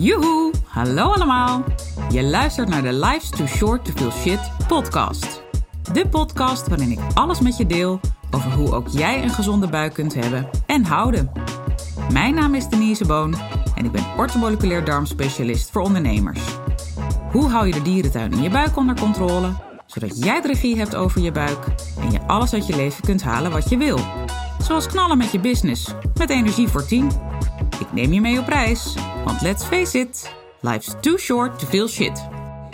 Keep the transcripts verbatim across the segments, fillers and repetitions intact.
Joehoe, hallo allemaal. Je luistert naar de Life's Too Short to Feel Shit podcast. De podcast waarin ik alles met je deel over hoe ook jij een gezonde buik kunt hebben en houden. Mijn naam is Denise Boon en ik ben orthomoleculair darmspecialist voor ondernemers. Hoe hou je de dierentuin in je buik onder controle, zodat jij de regie hebt over je buik en je alles uit je leven kunt halen wat je wil. Zoals knallen met je business, met energie voor tien. Ik neem je mee op reis, want let's face it, life's too short to feel shit.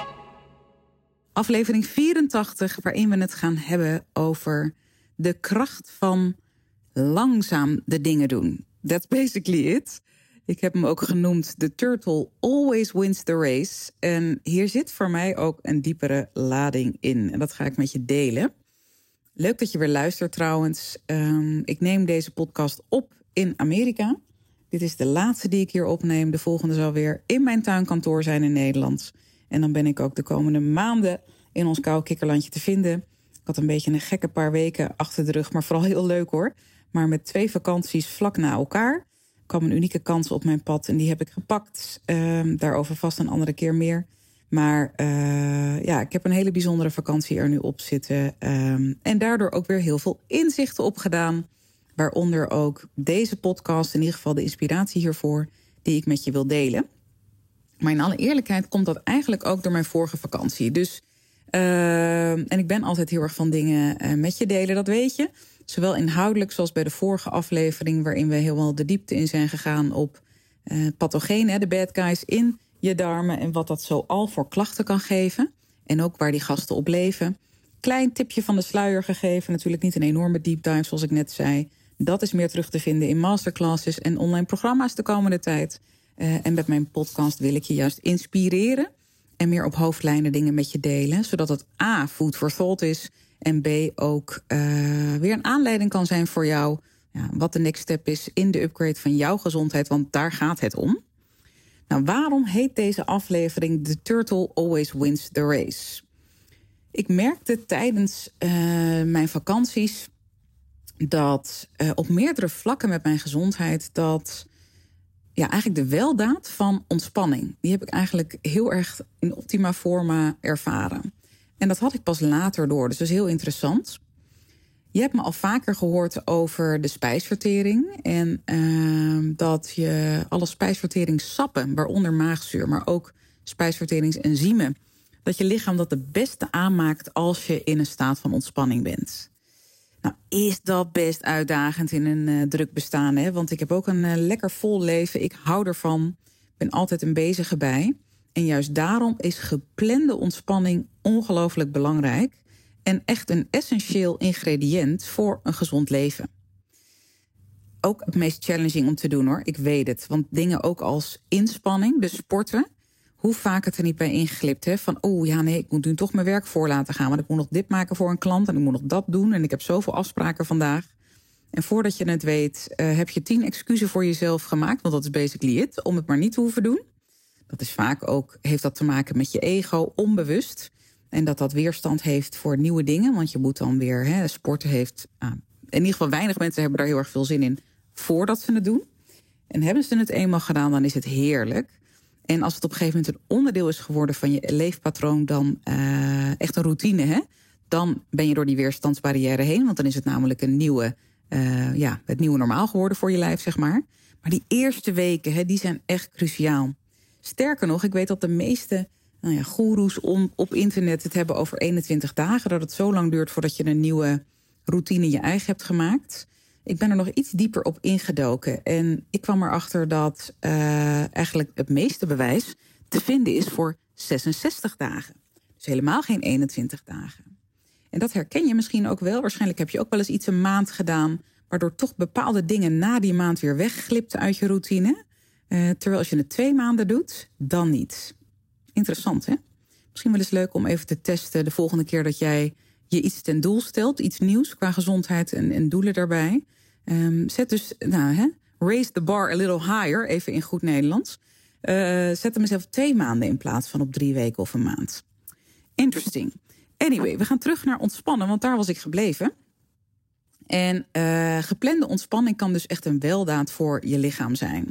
Aflevering vierentachtig, waarin we het gaan hebben over de kracht van langzaam de dingen doen. That's basically it. Ik heb hem ook genoemd The Turtle Always Wins the Race. En hier zit voor mij ook een diepere lading in. En dat ga ik met je delen. Leuk dat je weer luistert trouwens. Um, ik neem deze podcast op in Amerika. Dit is de laatste die ik hier opneem. De volgende zal weer in mijn tuinkantoor zijn in Nederland. En dan ben ik ook de komende maanden in ons koude kikkerlandje te vinden. Ik had een beetje een gekke paar weken achter de rug, maar vooral heel leuk hoor. Maar met twee vakanties vlak na elkaar kwam een unieke kans op mijn pad. En die heb ik gepakt. Um, daarover vast een andere keer meer. Maar uh, ja, ik heb een hele bijzondere vakantie er nu op zitten. Um, en daardoor ook weer heel veel inzichten opgedaan. Waaronder ook deze podcast, in ieder geval de inspiratie hiervoor, die ik met je wil delen. Maar in alle eerlijkheid komt dat eigenlijk ook door mijn vorige vakantie. Dus, uh, en ik ben altijd heel erg van dingen uh, met je delen, dat weet je. Zowel inhoudelijk zoals bij de vorige aflevering, waarin we helemaal de diepte in zijn gegaan op uh, pathogenen, de bad guys in je darmen en wat dat zo al voor klachten kan geven. En ook waar die gasten op leven. Klein tipje van de sluier gegeven. Natuurlijk niet een enorme deep dive zoals ik net zei. Dat is meer terug te vinden in masterclasses en online programma's de komende tijd. Uh, en met mijn podcast wil ik je juist inspireren en meer op hoofdlijnen dingen met je delen. Zodat het A, food for thought is en B, ook uh, weer een aanleiding kan zijn voor jou. Ja, wat de next step is in de upgrade van jouw gezondheid, want daar gaat het om. Nou, waarom heet deze aflevering The Turtle Always Wins the Race? Ik merkte tijdens uh, mijn vakanties dat uh, op meerdere vlakken met mijn gezondheid dat ja, eigenlijk de weldaad van ontspanning, die heb ik eigenlijk heel erg in optima forma ervaren. En dat had ik pas later door, dus dat is heel interessant. Je hebt me al vaker gehoord over de spijsvertering en uh, dat je alle spijsverteringssappen, waaronder maagzuur, maar ook spijsverteringsenzymen, dat je lichaam dat het beste aanmaakt als je in een staat van ontspanning bent. Nou, is dat best uitdagend in een uh, druk bestaan, hè? Want ik heb ook een uh, lekker vol leven. Ik hou ervan. Ik ben altijd een bezige bij. En juist daarom is geplande ontspanning ongelooflijk belangrijk en echt een essentieel ingrediënt voor een gezond leven. Ook het meest challenging om te doen hoor, ik weet het. Want dingen ook als inspanning, dus sporten, hoe vaak het er niet bij ingeglipt, hè? Van, oh ja, nee, ik moet nu toch mijn werk voor laten gaan, want ik moet nog dit maken voor een klant en ik moet nog dat doen en ik heb zoveel afspraken vandaag. En voordat je het weet, uh, heb je tien excuses voor jezelf gemaakt, want dat is basically it, om het maar niet te hoeven doen. Dat is vaak ook, heeft dat te maken met je ego, onbewust. En dat dat weerstand heeft voor nieuwe dingen, want je moet dan weer, hè, sporten heeft, uh, in ieder geval weinig mensen hebben daar heel erg veel zin in voordat ze het doen. En hebben ze het eenmaal gedaan, dan is het heerlijk. En als het op een gegeven moment een onderdeel is geworden van je leefpatroon, dan uh, echt een routine, hè? Dan ben je door die weerstandsbarrière heen, want dan is het namelijk een nieuwe, uh, ja, het nieuwe normaal geworden voor je lijf, zeg maar. Maar die eerste weken, hè, die zijn echt cruciaal. Sterker nog, ik weet dat de meeste nou ja, goeroes om, op internet het hebben over eenentwintig dagen, dat het zo lang duurt voordat je een nieuwe routine je eigen hebt gemaakt. Ik ben er nog iets dieper op ingedoken. En ik kwam erachter dat uh, eigenlijk het meeste bewijs te vinden is voor zesenzestig dagen. Dus helemaal geen eenentwintig dagen. En dat herken je misschien ook wel. Waarschijnlijk heb je ook wel eens iets een maand gedaan, waardoor toch bepaalde dingen na die maand weer wegglipten uit je routine. Uh, terwijl als je het twee maanden doet, dan niet. Interessant, hè? Misschien wel eens leuk om even te testen de volgende keer dat jij je iets ten doel stelt. Iets nieuws qua gezondheid en, en doelen daarbij. Um, zet dus, nou hè, raise the bar a little higher, even in goed Nederlands. Uh, zet hem eens even twee maanden in plaats van op drie weken of een maand. Interesting. Anyway, we gaan terug naar ontspannen, want daar was ik gebleven. En uh, geplande ontspanning kan dus echt een weldaad voor je lichaam zijn.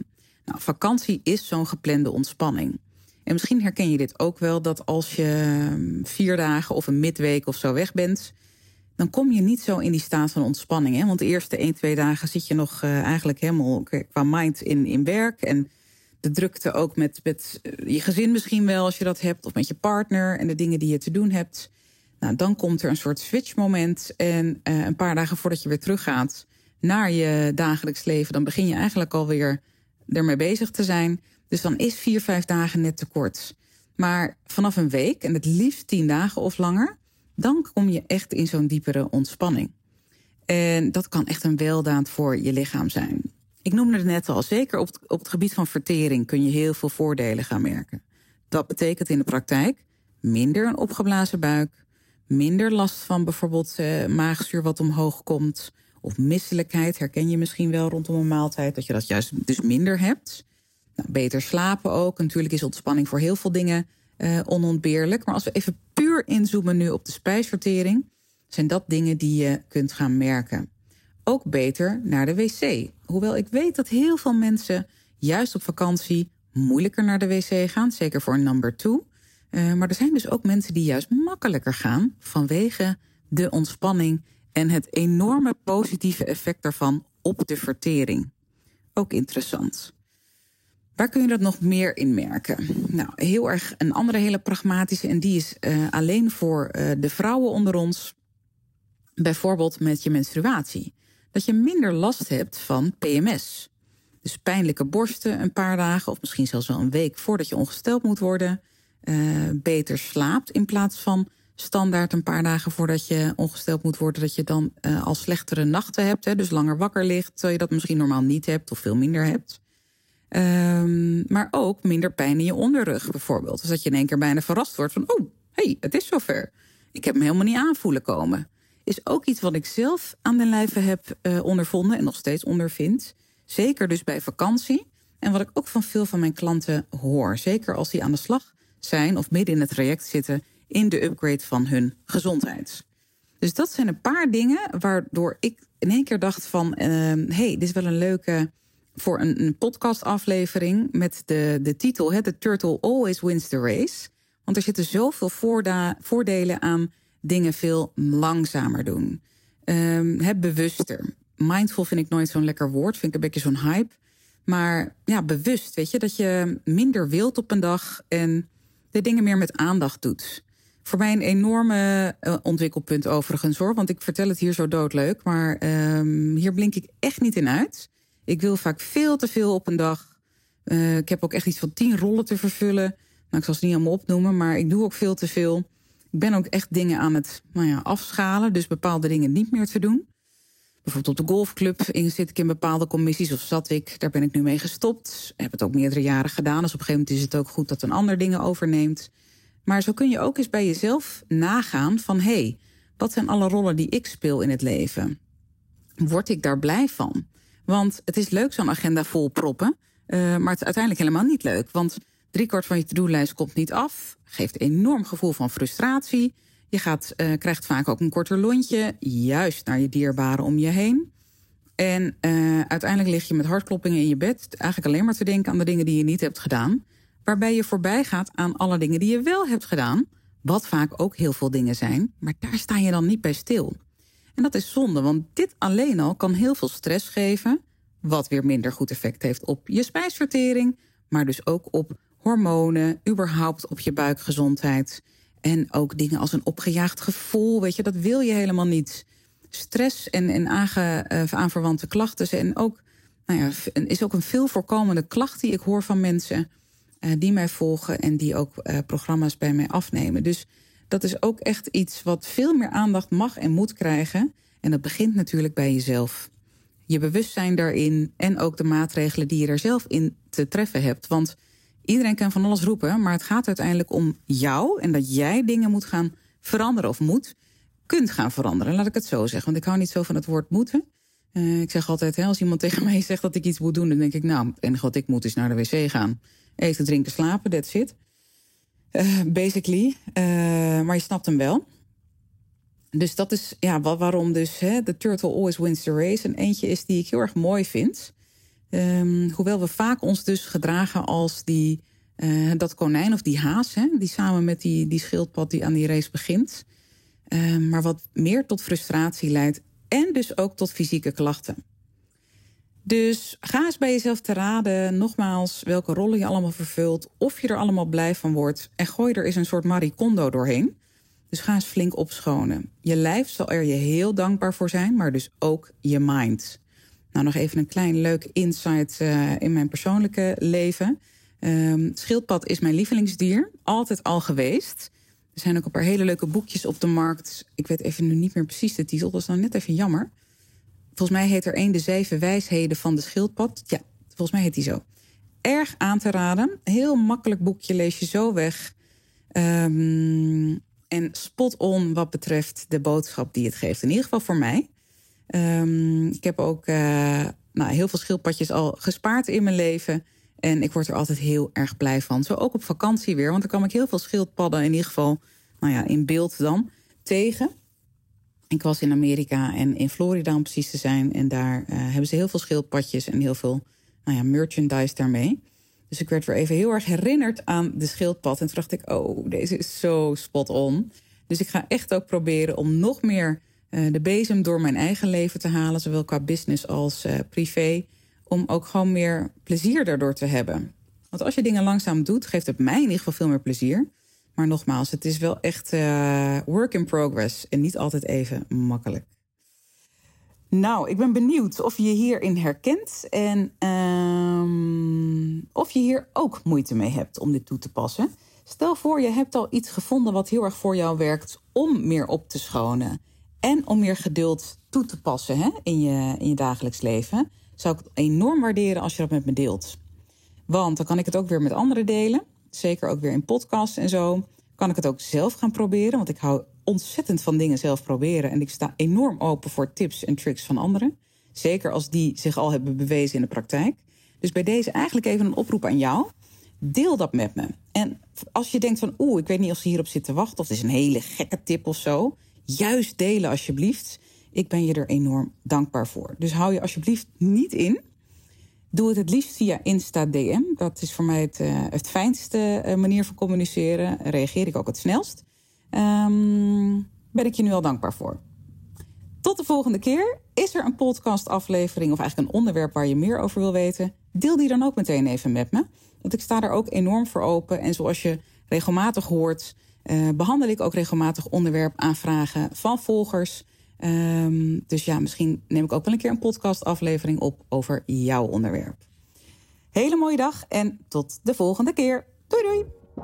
Nou, vakantie is zo'n geplande ontspanning. En misschien herken je dit ook wel, dat als je vier dagen of een midweek of zo weg bent, dan kom je niet zo in die staat van ontspanning. Hè? Want de eerste één, twee dagen zit je nog uh, eigenlijk helemaal qua mind in, in werk. En de drukte ook met, met je gezin misschien wel, als je dat hebt, of met je partner en de dingen die je te doen hebt. Nou, dan komt er een soort switchmoment. En uh, een paar dagen voordat je weer teruggaat naar je dagelijks leven, dan begin je eigenlijk alweer ermee bezig te zijn. Dus dan is vier, vijf dagen net te kort. Maar vanaf een week, en het liefst tien dagen of langer, dan kom je echt in zo'n diepere ontspanning. En dat kan echt een weldaad voor je lichaam zijn. Ik noemde het net al, zeker op het, op het gebied van vertering kun je heel veel voordelen gaan merken. Dat betekent in de praktijk minder een opgeblazen buik, minder last van bijvoorbeeld uh, maagzuur wat omhoog komt, of misselijkheid, herken je misschien wel rondom een maaltijd, dat je dat juist dus minder hebt. Nou, beter slapen ook. Natuurlijk is ontspanning voor heel veel dingen uh, onontbeerlijk. Maar als we even puur inzoomen nu op de spijsvertering, zijn dat dingen die je kunt gaan merken. Ook beter naar de wc. Hoewel ik weet dat heel veel mensen juist op vakantie moeilijker naar de wc gaan. Zeker voor een number two. Uh, maar er zijn dus ook mensen die juist makkelijker gaan vanwege de ontspanning en het enorme positieve effect daarvan op de vertering. Ook interessant. Waar kun je dat nog meer in merken? Nou, heel erg een andere hele pragmatische, en die is uh, alleen voor uh, de vrouwen onder ons. Bijvoorbeeld met je menstruatie. Dat je minder last hebt van P M S. Dus pijnlijke borsten een paar dagen of misschien zelfs wel een week voordat je ongesteld moet worden. Uh, beter slaapt in plaats van standaard een paar dagen voordat je ongesteld moet worden, dat je dan uh, al slechtere nachten hebt. Hè, dus langer wakker ligt, terwijl je dat misschien normaal niet hebt of veel minder hebt. Um, maar ook minder pijn in je onderrug bijvoorbeeld. Dus dat je in één keer bijna verrast wordt van, oh, hey, het is zover. Ik heb me helemaal niet aanvoelen komen. Is ook iets wat ik zelf aan den lijve heb uh, ondervonden en nog steeds ondervind. Zeker dus bij vakantie. En wat ik ook van veel van mijn klanten hoor. Zeker als die aan de slag zijn of midden in het traject zitten in de upgrade van hun gezondheid. Dus dat zijn een paar dingen waardoor ik in één keer dacht van, uh, hey, dit is wel een leuke voor een, een podcastaflevering met de, de titel, hè, The Turtle Always Wins the Race. Want er zitten zoveel voorda- voordelen aan dingen veel langzamer doen. Um, hè, bewuster. Mindful vind ik nooit zo'n lekker woord, vind ik een beetje zo'n hype. Maar ja, bewust, weet je, dat je minder wilt op een dag en de dingen meer met aandacht doet. Voor mij een enorme uh, ontwikkelpunt overigens hoor, want ik vertel het hier zo doodleuk, maar um, hier blink ik echt niet in uit. Ik wil vaak veel te veel op een dag. Uh, ik heb ook echt iets van tien rollen te vervullen. Nou, ik zal ze niet allemaal opnoemen, maar ik doe ook veel te veel. Ik ben ook echt dingen aan het nou ja, afschalen, dus bepaalde dingen niet meer te doen. Bijvoorbeeld op de golfclub zit ik in bepaalde commissies, of zat ik, daar ben ik nu mee gestopt. Ik heb het ook meerdere jaren gedaan, dus op een gegeven moment is het ook goed dat een ander dingen overneemt. Maar zo kun je ook eens bij jezelf nagaan van, hé, hey, wat zijn alle rollen die ik speel in het leven? Word ik daar blij van? Want het is leuk zo'n agenda vol proppen, uh, maar het is uiteindelijk helemaal niet leuk. Want driekwart van je to-do-lijst komt niet af, geeft een enorm gevoel van frustratie. Je gaat, uh, krijgt vaak ook een korter lontje, juist naar je dierbaren om je heen. En uh, uiteindelijk lig je met hartkloppingen in je bed, eigenlijk alleen maar te denken aan de dingen die je niet hebt gedaan. Waarbij je voorbij gaat aan alle dingen die je wel hebt gedaan, wat vaak ook heel veel dingen zijn. Maar daar sta je dan niet bij stil. En dat is zonde, want dit alleen al kan heel veel stress geven, wat weer minder goed effect heeft op je spijsvertering, maar dus ook op hormonen, überhaupt op je buikgezondheid. En ook dingen als een opgejaagd gevoel, weet je, dat wil je helemaal niet. Stress en, en aange, uh, aanverwante klachten zijn ook, nou ja, is ook een veel voorkomende klacht die ik hoor van mensen uh, die mij volgen en die ook uh, programma's bij mij afnemen. Dus dat is ook echt iets wat veel meer aandacht mag en moet krijgen. En dat begint natuurlijk bij jezelf. Je bewustzijn daarin en ook de maatregelen die je er zelf in te treffen hebt. Want iedereen kan van alles roepen, maar het gaat uiteindelijk om jou en dat jij dingen moet gaan veranderen of moet, kunt gaan veranderen. Laat ik het zo zeggen, want ik hou niet zo van het woord moeten. Uh, ik zeg altijd, hè, als iemand tegen mij zegt dat ik iets moet doen, dan denk ik, nou, het enige wat ik moet is naar de wc gaan. Eten, drinken, slapen, that's it. Uh, basically. Uh, maar je snapt hem wel. Dus dat is ja, waarom dus hè, The Turtle Always Wins the Race. En eentje is die ik heel erg mooi vind. Um, hoewel we vaak ons dus gedragen als die, uh, dat konijn of die haas, hè, die samen met die, die schildpad die aan die race begint. Uh, maar wat meer tot frustratie leidt en dus ook tot fysieke klachten. Dus ga eens bij jezelf te raden, nogmaals, welke rollen je allemaal vervult, of je er allemaal blij van wordt. En gooi er eens een soort Marie Kondo doorheen. Dus ga eens flink opschonen. Je lijf zal er je heel dankbaar voor zijn, maar dus ook je mind. Nou, nog even een klein leuk insight uh, in mijn persoonlijke leven. Um, schildpad is mijn lievelingsdier, altijd al geweest. Er zijn ook een paar hele leuke boekjes op de markt. Ik weet even nu niet meer precies de titel, dat is nou net even jammer. Volgens mij heet er één de zeven wijsheden van de schildpad. Ja, volgens mij heet die zo. Erg aan te raden. Heel makkelijk boekje, lees je zo weg. Um, en spot on wat betreft de boodschap die het geeft. In ieder geval voor mij. Um, ik heb ook uh, nou, heel veel schildpadjes al gespaard in mijn leven. En ik word er altijd heel erg blij van. Zo ook op vakantie weer. Want dan kwam ik heel veel schildpadden in ieder geval, nou ja, in beeld dan, tegen. Ik was in Amerika en in Florida om precies te zijn. En daar uh, hebben ze heel veel schildpadjes en heel veel nou ja, merchandise daarmee. Dus ik werd weer even heel erg herinnerd aan de schildpad. En toen dacht ik, oh, deze is zo spot on. Dus ik ga echt ook proberen om nog meer uh, de bezem door mijn eigen leven te halen. Zowel qua business als uh, privé. Om ook gewoon meer plezier daardoor te hebben. Want als je dingen langzaam doet, geeft het mij in ieder geval veel meer plezier. Maar nogmaals, het is wel echt uh, work in progress. En niet altijd even makkelijk. Nou, ik ben benieuwd of je je hierin herkent. En um, of je hier ook moeite mee hebt om dit toe te passen. Stel voor, je hebt al iets gevonden wat heel erg voor jou werkt om meer op te schonen. En om meer geduld toe te passen hè, in, je, in je dagelijks leven. Zou ik het enorm waarderen als je dat met me deelt. Want dan kan ik het ook weer met anderen delen. Zeker ook weer in podcasts en zo. Kan ik het ook zelf gaan proberen. Want ik hou ontzettend van dingen zelf proberen. En ik sta enorm open voor tips en tricks van anderen. Zeker als die zich al hebben bewezen in de praktijk. Dus bij deze eigenlijk even een oproep aan jou. Deel dat met me. En als je denkt van oeh, ik weet niet of ze hierop zit te wachten. Of het is een hele gekke tip of zo. Juist delen alsjeblieft. Ik ben je er enorm dankbaar voor. Dus hou je alsjeblieft niet in. Doe het het liefst via Insta D M. Dat is voor mij het, uh, het fijnste uh, manier van communiceren. Reageer ik ook het snelst. Um, ben ik je nu al dankbaar voor. Tot de volgende keer. Is er een podcastaflevering of eigenlijk een onderwerp waar je meer over wil weten? Deel die dan ook meteen even met me. Want ik sta daar ook enorm voor open. En zoals je regelmatig hoort, uh, behandel ik ook regelmatig onderwerpaanvragen van volgers. Um, dus ja, misschien neem ik ook wel een keer een podcastaflevering op over jouw onderwerp. Hele mooie dag en tot de volgende keer. Doei doei!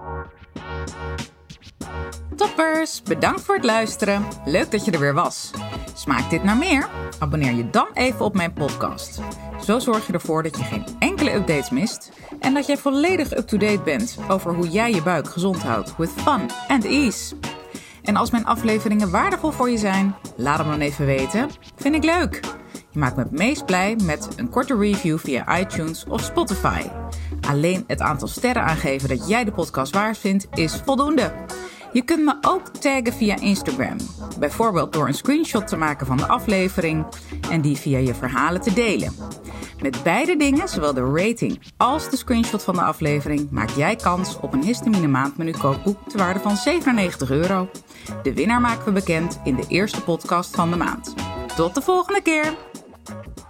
Toppers, bedankt voor het luisteren. Leuk dat je er weer was. Smaakt dit naar meer? Abonneer je dan even op mijn podcast. Zo zorg je ervoor dat je geen enkele updates mist en dat jij volledig up-to-date bent over hoe jij je buik gezond houdt with fun and ease. En als mijn afleveringen waardevol voor je zijn, laat hem dan even weten. Vind ik leuk. Je maakt me het meest blij met een korte review via iTunes of Spotify. Alleen het aantal sterren aangeven dat jij de podcast waard vindt is voldoende. Je kunt me ook taggen via Instagram. Bijvoorbeeld door een screenshot te maken van de aflevering en die via je verhalen te delen. Met beide dingen, zowel de rating als de screenshot van de aflevering, maak jij kans op een Histamine Maandmenu kookboek ter waarde van zevenennegentig euro. De winnaar maken we bekend in de eerste podcast van de maand. Tot de volgende keer!